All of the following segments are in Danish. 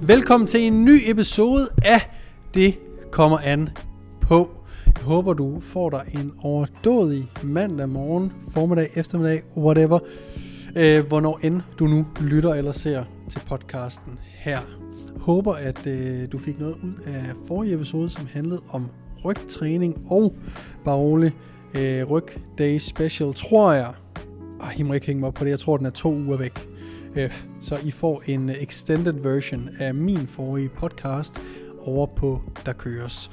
Velkommen til en ny episode af Det kommer an på. Jeg håber, du får dig en overdådig mandag morgen, formiddag, eftermiddag, whatever. Hvornår end du nu lytter eller ser til podcasten her. Håber, at du fik noget ud af forrige episode, som handlede om rygtræning og bare rolig ryg day special, tror jeg. I må ikke hænge mig op på det, jeg tror, den er 2 uger væk. Så I får en extended version af min forrige podcast over på Der Køres.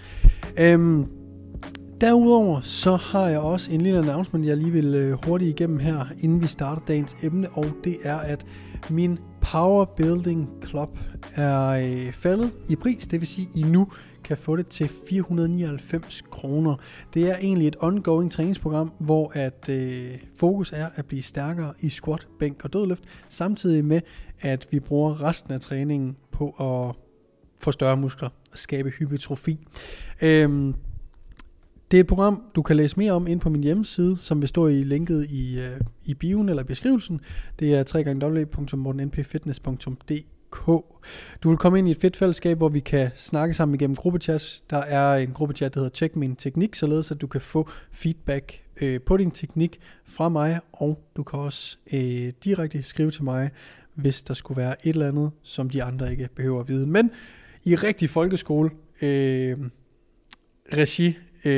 Derudover så har jeg også en lille announcement, jeg lige vil hurtigt igennem her, inden vi starter dagens emne, og det er, at min Power Building Club er faldet i pris, det vil sige, I nu kan få det til 499 kroner. Det er egentlig et ongoing træningsprogram, hvor at fokus er at blive stærkere i squat, bænk og dødløft, samtidig med, at vi bruger resten af træningen på at få større muskler og skabe hypertrofi. Det er et program, du kan læse mere om inde på min hjemmeside, som vil stå i linket i bioen eller beskrivelsen. Det er www.mortenmpfitness.dk. Du vil komme ind i et fedt fællesskab, hvor vi kan snakke sammen igennem gruppechats. Der er en gruppechat, der hedder Check Min Teknik, således at du kan få feedback på din teknik fra mig, og du kan også direkte skrive til mig, hvis der skulle være et eller andet, som de andre ikke behøver at vide. Men i rigtig folkeskole regi,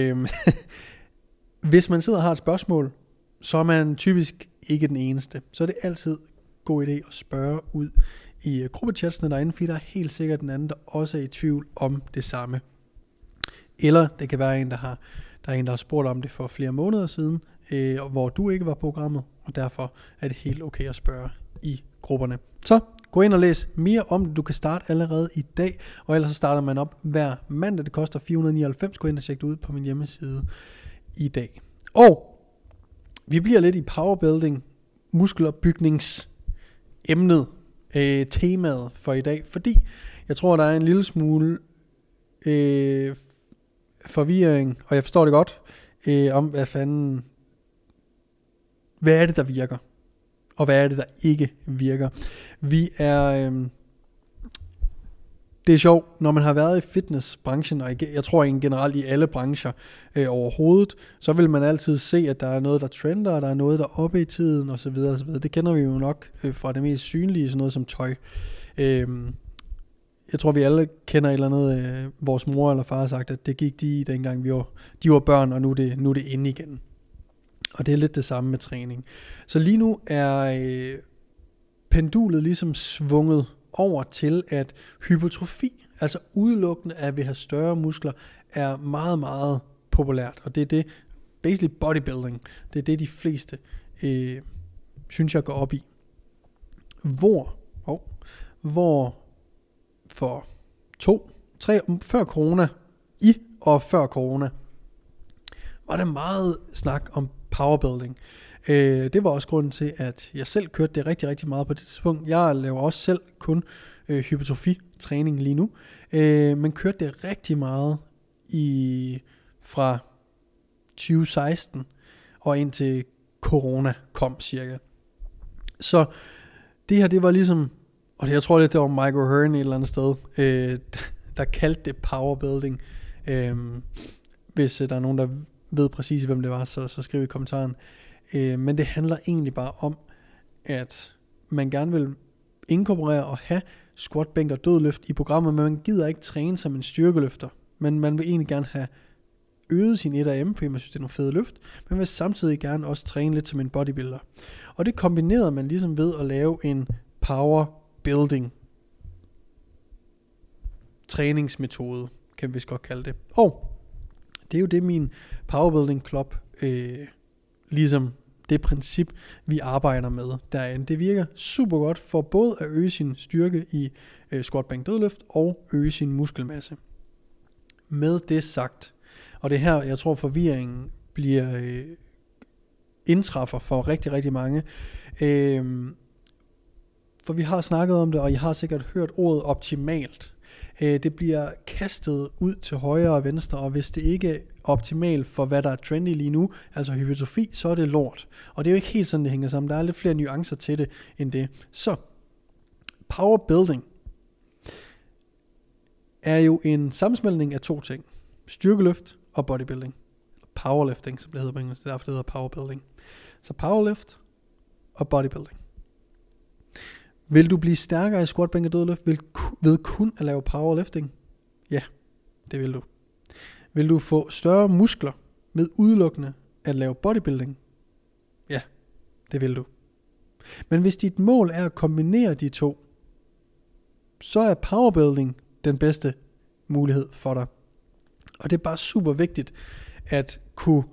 hvis man sidder og har et spørgsmål, så er man typisk ikke den eneste. Så er det altid god idé at spørge ud i gruppechatsene derinde, fordi der er helt sikkert den anden, der også er i tvivl om det samme. Eller det kan være der er en, der har spurgt om det for flere måneder siden, hvor du ikke var på programmet, og derfor er det helt okay at spørge i grupperne. Så gå ind og læs mere om det. Du kan starte allerede i dag, og ellers så starter man op hver mandag. Det koster 499. Gå ind og tjek det ud på min hjemmeside i dag. Og vi bliver lidt i powerbuilding, muskelopbygningsemnet, temaet for i dag, fordi jeg tror, der er en lille smule forvirring, og jeg forstår det godt, om hvad er det, der virker, og hvad er det, der ikke virker. Det er sjovt, når man har været i fitnessbranchen, og jeg tror generelt i alle brancher overhovedet, så vil man altid se, at der er noget, der trender, og der er noget, der er oppe i tiden, osv. Det kender vi jo nok fra det mest synlige, sådan noget som tøj. Jeg tror, vi alle kender et eller andet, vores mor eller far har sagt, at det gik de dengang de var børn, og nu er det inde igen. Og det er lidt det samme med træning. Så lige nu er pendulet ligesom svunget over til, at hypertrofi, altså udelukkende at vi har større muskler, er meget, meget populært. Og det er det, basically bodybuilding, det er det, de fleste synes jeg går op i. Hvor for 2-3 før corona, før corona, var der meget snak om powerbuilding. Det var også grunden til, at jeg selv kørte det rigtig, rigtig meget på det tidspunkt. Jeg laver også selv kun hypertrofi-træning lige nu, men kørte det rigtig meget fra 2016 og indtil corona kom cirka. Så det her, det var ligesom, og jeg tror lidt, det var Michael Hearn et eller andet sted, der kaldte det powerbuilding. Hvis der er nogen, der ved præcis, hvem det var, så skriv i kommentaren. Men det handler egentlig bare om, at man gerne vil inkorporere og have squat, bænk og dødløft i programmet, men man gider ikke træne som en styrkeløfter. Men man vil egentlig gerne have øget sin 1RM, fordi man synes, det er nogle fede løft, men vil samtidig gerne også træne lidt som en bodybuilder. Og det kombinerede man ligesom ved at lave en power building træningsmetode, kan vi vist godt kalde det. Og det er jo det, min Powerbuilding Club, ligesom det princip, vi arbejder med derinde. Det virker super godt for både at øge sin styrke i squat, bænk, dødløft og øge sin muskelmasse. Med det sagt, og det her, jeg tror forvirringen bliver indtræffer for rigtig, rigtig mange, for vi har snakket om det, og I har sikkert hørt ordet optimalt. Det bliver kastet ud til højre og venstre, og hvis det ikke er optimalt for hvad der er trendy lige nu, altså hypertrofi, så er det lort. Og det er jo ikke helt sådan, det hænger sammen. Der er lidt flere nuancer til det end det. Så, power building. er jo en sammensmeltning af to ting. Styrkeløft og bodybuilding. Powerlifting, som det hedder på engelsk. Det er derfor, det hedder powerbuilding. Så powerlift og bodybuilding. Vil du blive stærkere i squat, bænk og dødløft ved kun at lave powerlifting? Ja, det vil du. Vil du få større muskler ved udelukkende at lave bodybuilding? Ja, det vil du. Men hvis dit mål er at kombinere de to, så er powerbuilding den bedste mulighed for dig. Og det er bare super vigtigt at kunne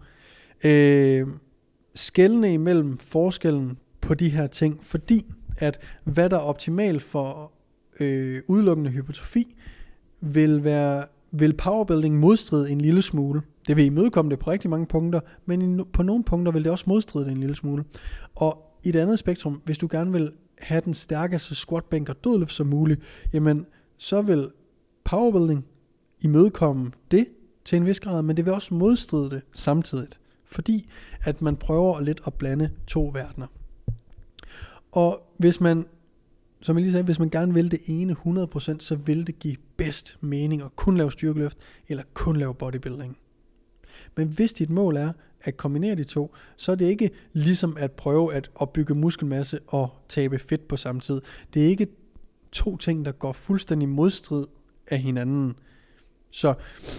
skelne imellem forskellen på de her ting, fordi at hvad der er optimalt for udelukkende hypertrofi, vil powerbuilding modstride en lille smule. Det vil imødekomme det på rigtig mange punkter, men på nogle punkter vil det også modstride det en lille smule. Og i det andet spektrum, hvis du gerne vil have den stærkeste squat, bænk og dødløft som muligt, jamen så vil powerbuilding imødekomme det til en vis grad, men det vil også modstride det samtidig, fordi at man prøver lidt at blande to verdener. Og hvis man, som jeg lige sagde, hvis man gerne vil det ene 100%, så vil det give bedst mening at kun lave styrkeløft, eller kun lave bodybuilding. Men hvis dit mål er at kombinere de to, så er det ikke ligesom at prøve at opbygge muskelmasse og tabe fedt på samme tid. Det er ikke to ting, der går fuldstændig modstrid af hinanden. Så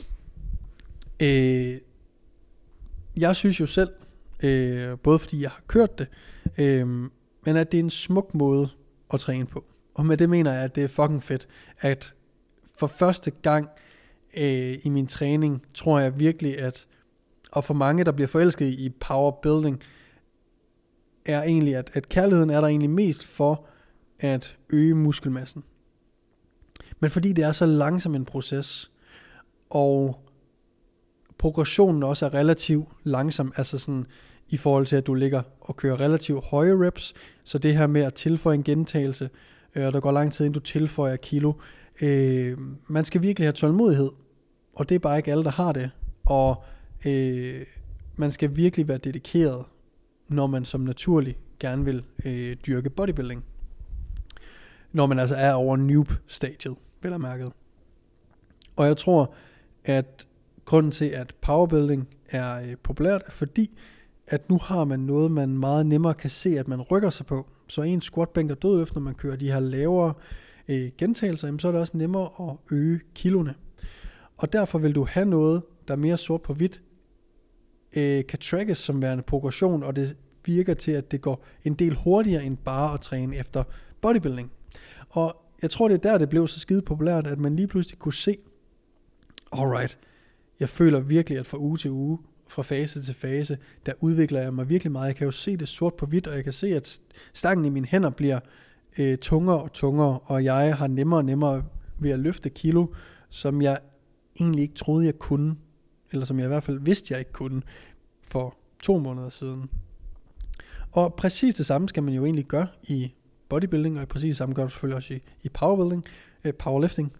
jeg synes jo selv, både fordi jeg har kørt det, men at det er en smuk måde at træne på. Og med det mener jeg, at det er fucking fedt, at for første gang i min træning, tror jeg virkelig, at og for mange, der bliver forelsket i powerbuilding, er egentlig, at kærligheden er der egentlig mest for at øge muskelmassen. Men fordi det er så langsom en proces, og progressionen også er relativt langsom, altså sådan i forhold til, at du ligger og kører relativt høje reps, så det her med at tilføje en gentagelse, og der går lang tid, inden du tilføjer kilo, man skal virkelig have tålmodighed, og det er bare ikke alle, der har det, og man skal virkelig være dedikeret, når man som naturlig gerne vil dyrke bodybuilding. Når man altså er over noob-stadiet, vel og mærket. Og jeg tror, at grunden til, at powerbuilding er populært, er fordi, at nu har man noget, man meget nemmere kan se, at man rykker sig på. Så en squat, bænk og dødløft, når man kører de her lavere gentagelser, så er det også nemmere at øge kiloene. Og derfor vil du have noget, der er mere sort på hvidt, kan trackes som værende progression, og det virker til, at det går en del hurtigere end bare at træne efter bodybuilding. Og jeg tror, det er der, det blev så skide populært, at man lige pludselig kunne se, alright, jeg føler virkelig, at fra uge til uge, fra fase til fase, der udvikler jeg mig virkelig meget. Jeg kan jo se det sort på hvidt, og jeg kan se, at stangen i mine hænder bliver tungere og tungere, og jeg har nemmere og nemmere ved at løfte kilo, som jeg egentlig ikke troede, jeg kunne, eller som jeg i hvert fald vidste, jeg ikke kunne for 2 måneder siden. Og præcis det samme skal man jo egentlig gøre i bodybuilding, og præcis det samme gør du selvfølgelig også i powerlifting.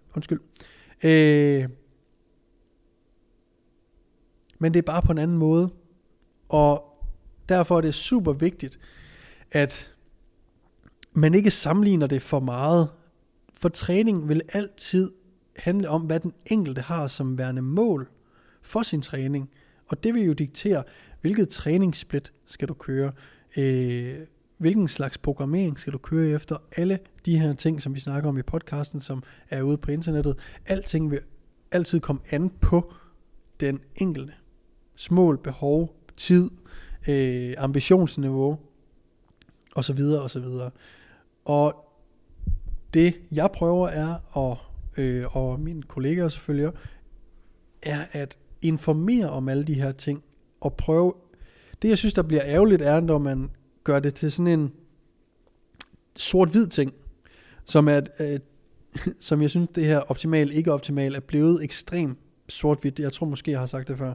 Men det er bare på en anden måde, og derfor er det super vigtigt, at man ikke sammenligner det for meget, for træning vil altid handle om, hvad den enkelte har som værende mål for sin træning, og det vil jo diktere, hvilket træningssplit skal du køre, hvilken slags programmering skal du køre efter, alle de her ting, som vi snakker om i podcasten, som er ude på internettet, alting vil altid komme an på den enkelte. Mål, behov, tid, ambitionsniveau, og så videre, og så videre. Og det, jeg prøver er, og mine kollegaer selvfølgelig, er at informere om alle de her ting, og prøve, det jeg synes, der bliver ærgerligt, er, når man gør det til sådan en sort-hvid ting, som som jeg synes, det her optimal, ikke optimal, er blevet ekstremt sort-hvidt. Jeg tror måske, jeg har sagt det før.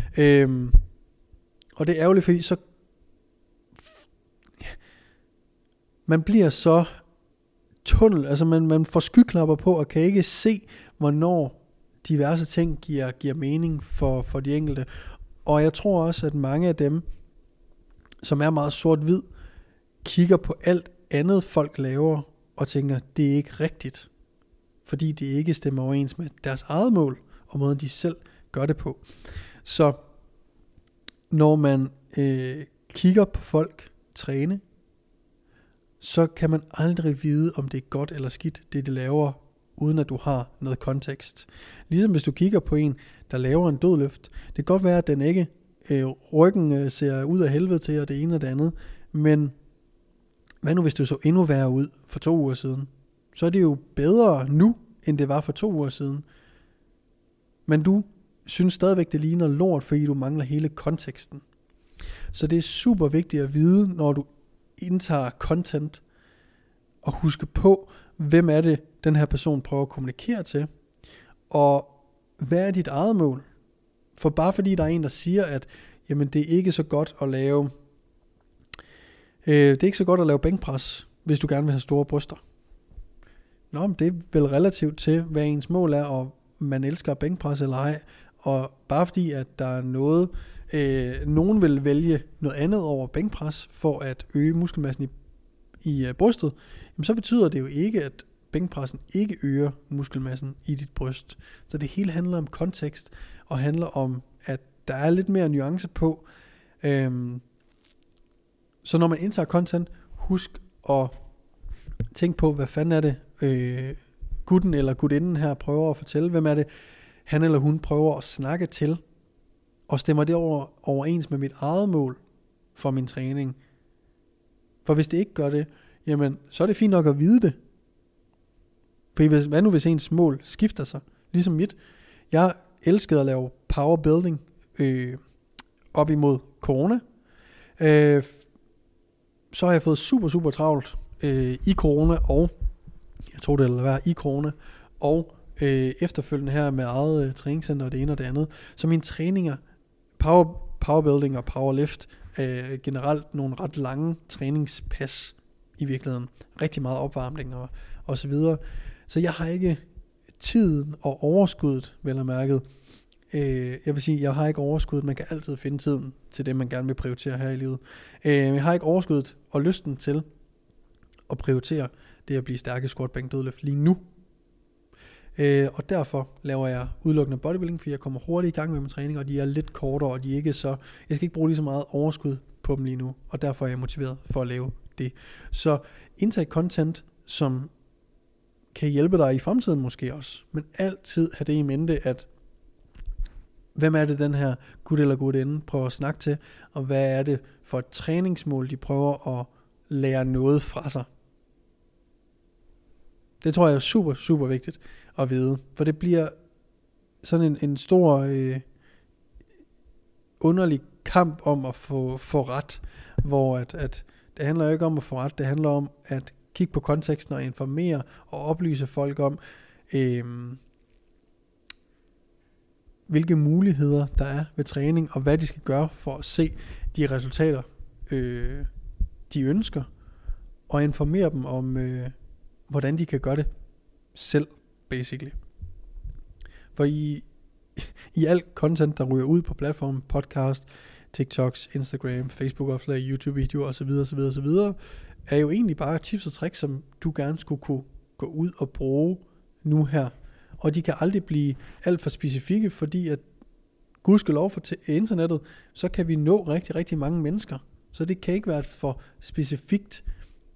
Og det er ærgerligt, fordi så man bliver så tunnel, altså man får skyklapper på, og kan ikke se, hvornår diverse ting giver mening for de enkelte. Og jeg tror også, at mange af dem, som er meget sort-hvid, kigger på alt andet folk laver, og tænker, det er ikke rigtigt. fordi det ikke stemmer overens med deres eget mål, og måden de selv gør det på. Så når man kigger på folk træne, så kan man aldrig vide, om det er godt eller skidt, det de laver, uden at du har noget kontekst. Ligesom hvis du kigger på en, der laver en dødløft. Det kan godt være, at den ikke ryggen ser ud af helvede til, og det ene og det andet. Men hvad nu, hvis du så endnu værre ud for 2 uger siden? Så er det jo bedre nu, end det var for 2 uger siden. Men du synes stadigvæk, det ligner lort, fordi du mangler hele konteksten. Så det er super vigtigt at vide, når du indtager content, og huske på, hvem er det, den her person prøver at kommunikere til, og hvad er dit eget mål? For bare fordi der er en, der siger, at jamen, det er ikke så godt at lave bænkpres, hvis du gerne vil have store bryster. Nå, men det er vel relativt til, hvad ens mål er, og man elsker bænkpres eller ej. Og bare fordi, at der er noget, nogen vil vælge noget andet over bænkpres, for at øge muskelmassen i brystet, jamen så betyder det jo ikke, at bænkpressen ikke øger muskelmassen i dit bryst. Så det hele handler om kontekst, og handler om, at der er lidt mere nuance på. Så når man indtager content, husk at tænke på, hvad fanden er det, gutten eller gutinden her prøver at fortælle. Hvem er det, han eller hun prøver at snakke til, og stemmer det overens med mit eget mål for min træning. For hvis det ikke gør det, jamen, så er det fint nok at vide det. For hvad nu hvis ens mål skifter sig? Ligesom mit. Jeg elskede at lave powerbuilding op imod corona. Så har jeg fået super travlt i corona, og jeg tror det ville være i corona, og efterfølgende her med eget træningscenter og det ene og det andet. Så mine træninger, powerbuilding og powerlift, generelt nogle ret lange træningspas i virkeligheden. Rigtig meget opvarmning og så videre. Så jeg har ikke tiden og overskuddet, vel og mærket. Jeg vil sige, jeg har ikke overskuddet. Man kan altid finde tiden til det, man gerne vil prioritere her i livet. Jeg har ikke overskuddet og lysten til at prioritere det at blive stærk i squat, bænk, dødløft lige nu. Og derfor laver jeg udelukkende bodybuilding, fordi jeg kommer hurtigt i gang med min træning, og de er lidt kortere, og de er ikke så, jeg skal ikke bruge lige så meget overskud på dem lige nu, og derfor er jeg motiveret for at lave det. Så indtag content, som kan hjælpe dig i fremtiden måske også, men altid have det i mente, at hvem er det den her gut eller gutinde prøver at snakke til, og hvad er det for et træningsmål, de prøver at lære noget fra sig. Det tror jeg er super vigtigt at vide, for det bliver sådan en stor underlig kamp om at få ret, hvor at det handler jo ikke om at få ret, det handler om at kigge på konteksten og informere og oplyse folk om, hvilke muligheder der er ved træning, og hvad de skal gøre for at se de resultater, de ønsker, og informere dem om, hvordan de kan gøre det selv, basically. For i alt content, der ryger ud på platformen, podcast, TikToks, Instagram, Facebook-opslag, YouTube-videoer osv., er jo egentlig bare tips og tricks, som du gerne skulle kunne gå ud og bruge nu her. Og de kan aldrig blive alt for specifikke, fordi at gudskelov for internettet, så kan vi nå rigtig mange mennesker. Så det kan ikke være et for specifikt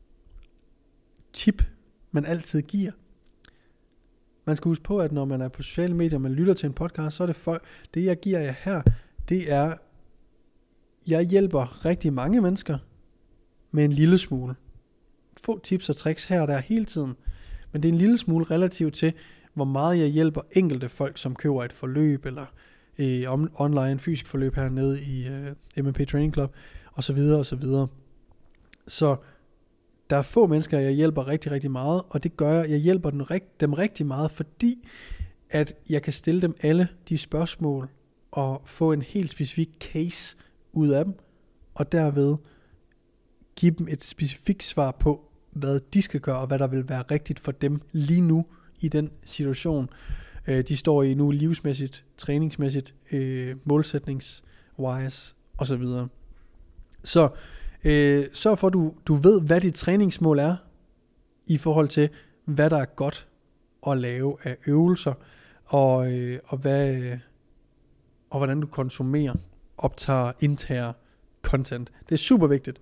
tip, man altid giver. Man skal huske på, at når man er på sociale medier, man lytter til en podcast, så er det det jeg giver jer her, det er, jeg hjælper rigtig mange mennesker med en lille smule. Få tips og tricks her og der hele tiden, men det er en lille smule relativt til, hvor meget jeg hjælper enkelte folk, som køber et forløb, eller online fysisk forløb hernede i MMP Training Club, og så videre. Så der er få mennesker, jeg hjælper rigtig meget, og det gør jeg hjælper dem rigtig meget, fordi at jeg kan stille dem alle de spørgsmål, og få en helt specifik case ud af dem, og derved give dem et specifikt svar på, hvad de skal gøre, og hvad der vil være rigtigt for dem lige nu, i den situation, de står i nu, livsmæssigt, træningsmæssigt, målsætningswise, og så videre. Så sørg for, at du ved, hvad dit træningsmål er, i forhold til, hvad der er godt at lave af øvelser, og hvordan du konsumerer, optager, indtager content. Det er super vigtigt.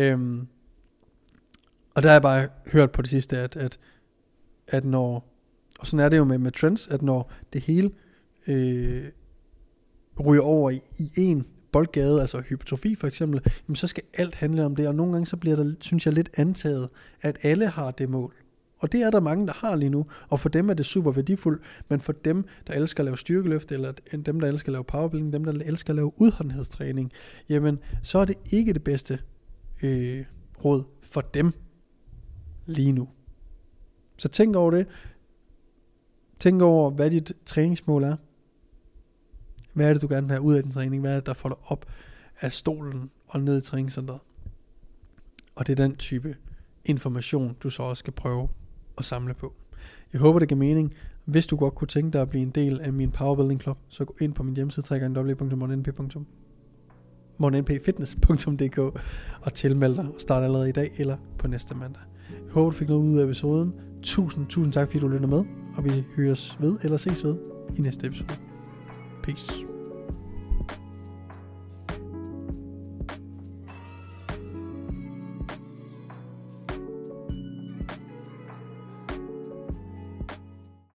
Og der har jeg bare hørt på det sidste, at når, og sådan er det jo med trends, at når det hele ryger over i en boldgade, altså hypertrofi for eksempel, jamen så skal alt handle om det, og nogle gange så bliver der, synes jeg, lidt antaget, at alle har det mål. Og det er der mange, der har lige nu, og for dem er det super værdifuldt, men for dem, der elsker at lave styrkeløft, eller dem, der elsker at lave powerbuilding, dem, der elsker at lave udholdenhedstræning, jamen så er det ikke det bedste råd for dem lige nu. Så tænk over det. Tænk over, hvad dit træningsmål er. Hvad er det, du gerne vil have ud af din træning? Hvad er det, der får dig op af stolen og ned i træningscenteret? Og det er den type information, du så også skal prøve at samle på. Jeg håber, det giver mening. Hvis du godt kunne tænke dig at blive en del af min Powerbuilding Club, så gå ind på min hjemmeside, www.mornenpfitness.dk og tilmeld dig og start allerede i dag eller på næste mandag. Jeg håber, du fik noget ud af episoden. Tusind tak, fordi du lytter med, og vi høres ved eller ses ved i næste episode. Peace.